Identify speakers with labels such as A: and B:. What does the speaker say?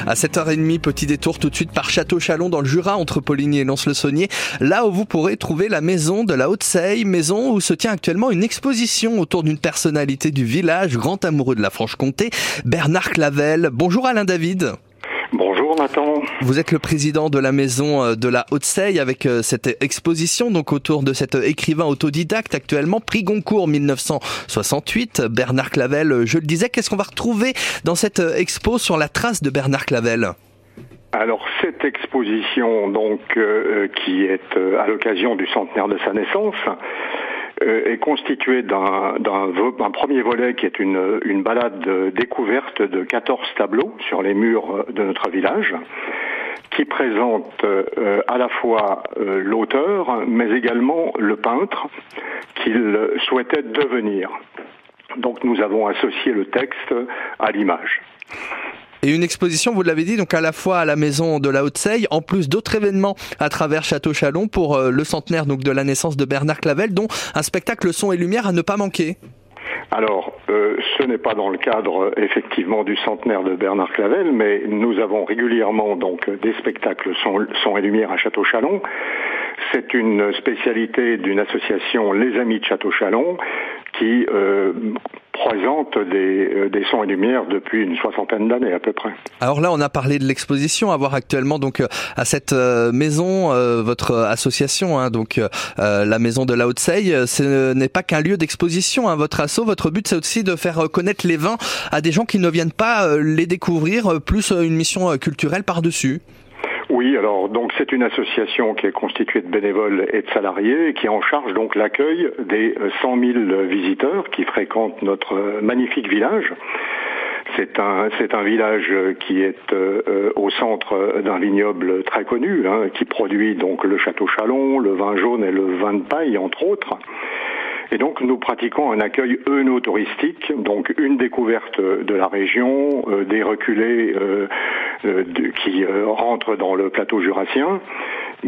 A: À 7h30, petit détour tout de suite par Château-Chalon dans le Jura, entre Poligny et Lons-le-Saunier. Là où vous pourrez trouver la maison de la Haute-Seille, maison où se tient actuellement une exposition autour d'une personnalité du village, grand amoureux de la Franche-Comté, Bernard Clavel. Bonjour Alain David.
B: Bonjour Nathan.
A: Vous êtes le président de la maison de la Haute-Seille avec cette exposition donc autour de cet écrivain autodidacte actuellement, prix Goncourt 1968, Bernard Clavel. Je le disais, qu'est-ce qu'on va retrouver dans cette expo sur la trace de Bernard Clavel ?
B: Alors cette exposition donc qui est à l'occasion du centenaire de sa naissance est constituée d'un premier volet qui est une balade découverte de 14 tableaux sur les murs de notre village, qui présente à la fois l'auteur, mais également le peintre qu'il souhaitait devenir. Donc nous avons associé le texte à l'image.
A: Et une exposition, vous l'avez dit, donc à la fois à la maison de la Haute-Seille, en plus d'autres événements à travers Château-Chalon pour le centenaire donc de la naissance de Bernard Clavel, dont un spectacle son et lumière à ne pas manquer.
B: Alors, ce n'est pas dans le cadre effectivement du centenaire de Bernard Clavel, mais nous avons régulièrement donc des spectacles son et lumière à Château-Chalon. C'est une spécialité d'une association Les Amis de Château-Chalon qui présente des sons et lumières depuis une soixantaine d'années à peu près.
A: Alors là, on a parlé de l'exposition à voir actuellement donc à cette maison, votre association, hein, donc la maison de la Haute-Seille. Ce n'est pas qu'un lieu d'exposition, hein, votre asso. Votre but, c'est aussi de faire connaître les vins à des gens qui ne viennent pas les découvrir, plus une mission culturelle par-dessus.
B: Oui, alors donc c'est une association qui est constituée de bénévoles et de salariés et qui est en charge donc l'accueil des 100 000 visiteurs qui fréquentent notre magnifique village. C'est un village qui est au centre d'un vignoble très connu, hein, qui produit donc le Château-Chalon, le vin jaune et le vin de paille entre autres. Et donc nous pratiquons un accueil œnotouristique, donc une découverte de la région, des reculés qui rentrent dans le plateau jurassien,